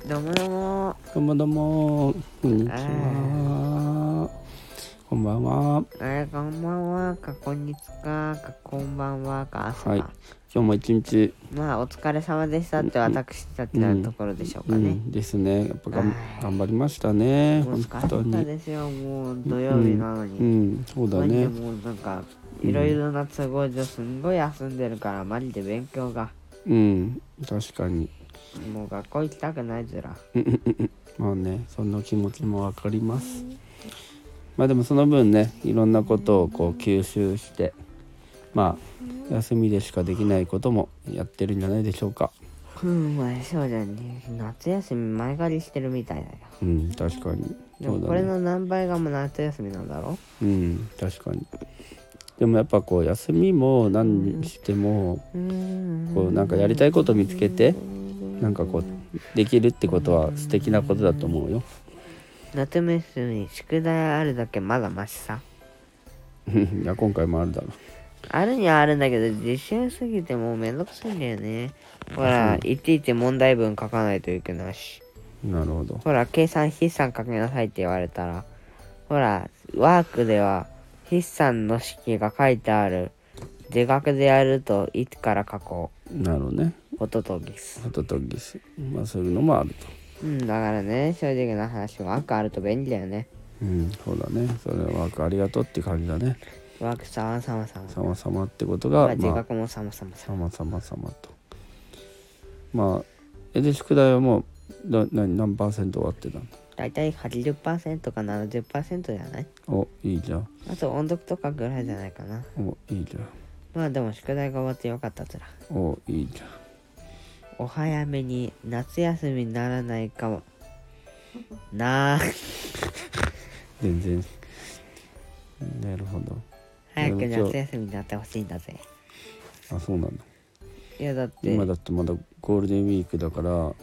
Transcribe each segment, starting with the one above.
どうもどうも。 どうもどうも、こんにちは。こんばんは。 こんばんはか、こんにちはか、こんばんはか、朝か。 はい。今日も一日、 まあ、お疲れ様でしたって私たちのところでしょうかね。 ですね。やっぱ頑張りましたもうね。本疲当に。 れたですよ、もう土曜日なのに。 そうだマジでね。 もうなんか、いろいろな都合上すんごい休んでるから、マジで勉強が。 確かに。 もう学校行きたくないずら。 まあね、そんな気持ちもわかります。まあでもその分ね、いろんなことをこう吸収して、まあ休みでしかできないこともやってるんじゃないでしょうか。 まあそうだね。夏休み前借りしてるみたいだよ。 確かに。 でもこれの何倍がもう夏休みなんだろ。 確かに。でもやっぱこう休みも何にしてもこうなんかやりたいこと見つけてなんかこうできるってことは素敵なことだと思うよ。 夏休み宿題あるだけまだマシさ。 いや今回もあるだろあるにはあるんだけど実習すぎてもうめんどくさいんだよね。ほらいちいち問題文書かないといけないし。 なるほど。 ほら計算筆算書きなさいって言われたらほらワークでは筆算の式が書いてある。自学でやるといつから書こう。なるほどね。 ホトトギス。 ホトトギス。まあそういうのもあると。 だからね正直な話ワークあると便利だよね。 そうだね。それはワークありがとうって感じだね。 ワークさまさまってことが自学もさまさまと。まあで宿題はもう何パーセント終わってたの？ だいたい 80% か 70% じゃない？ お、いいじゃん。 あと音読とかぐらいじゃないかな。 お、いいじゃん。 まあでも宿題が終わってよかったずら。 お、いいじゃん。 お早めに夏休みにならないかもなあ全然。なるほど。 早く夏休みになってほしいんだぜ。 あ、そうなの。 いやだって今だってまだゴールデンウィークだから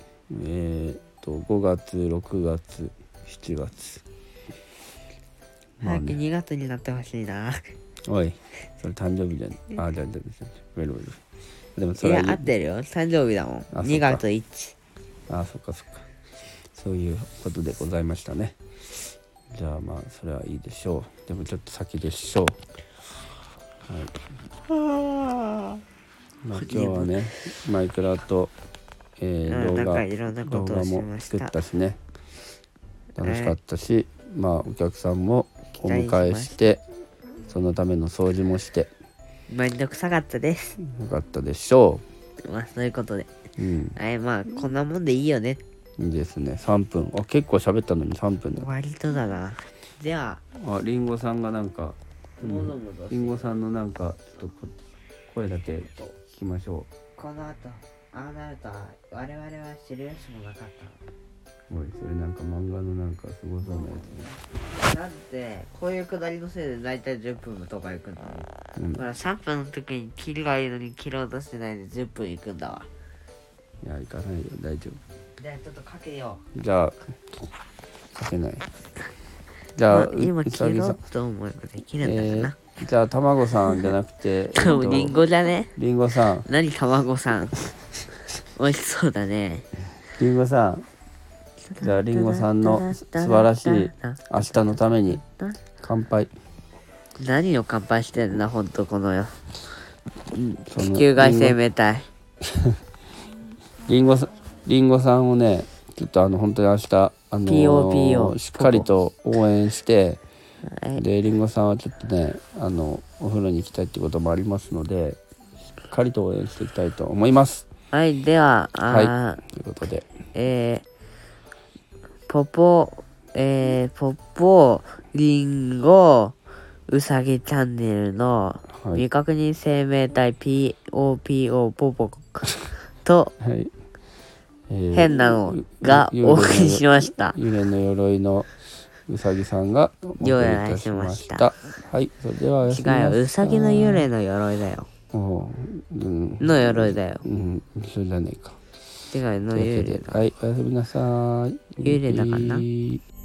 5月6月7月早く2月になってほしいな。 おいそれ誕生日じゃん。じゃベロベロ。でもそいれや合ってるよ、誕生日だもん。2月1。 そっかそういうことでございましたね。じゃあまあそれはいいでしょう。でもちょっと先でしょう。まあ今日はねマイクラと、動画も作ったしね楽しかったし、まあお客さんもお迎えしてそのための掃除もしてめんどくさかったです。 よかったでしょう。まあそういうことで、まあこんなもんでいいよね。 いいですね。3分結構喋ったのに3分だ。 割とだな。じゃあリンゴさんがなんか、リンゴさんのなんかちょっと声だけ聞きましょう。この後ああなると我々は知る由もなかった。 おいそれなんか漫画のなんかすごそうなやつだってこういうくだりのせいで大体10分とかいくんだもん。3分の時に切りがいいのに切ろうとしてないで10分いくんだわ。 いや行かないよ大丈夫。じゃあちょっとかけよう。じゃあかけない。じゃあ、 今切ろうと思えばできるんだかな。 じゃあ卵さんじゃなくてリンゴだね。 リンゴさん。 何卵さん美味しそうだね。 リンゴさん。じゃあリンゴさんの素晴らしい明日のために乾杯。 何を乾杯してんだほんとこのよ地球外生命体リンゴさんをねちょっと本当に明日しっかりと応援してでリンゴさんはちょっとねお風呂に行きたいってこともありますのでしっかりと応援していきたいと思います。 はいではということでポポリンゴうさぎチャンネルの未確認生命体 POPO ポポと、変なのがお送りしました。 幽霊の鎧のうさぎさんがお送りいたしました。はい、それではおやすみなさい。 違うよ、うさぎの幽霊の鎧だよ。の鎧だよ。 それじゃねえか。 違うの幽霊だ。 はい、おやすみなさい。 幽霊だからな。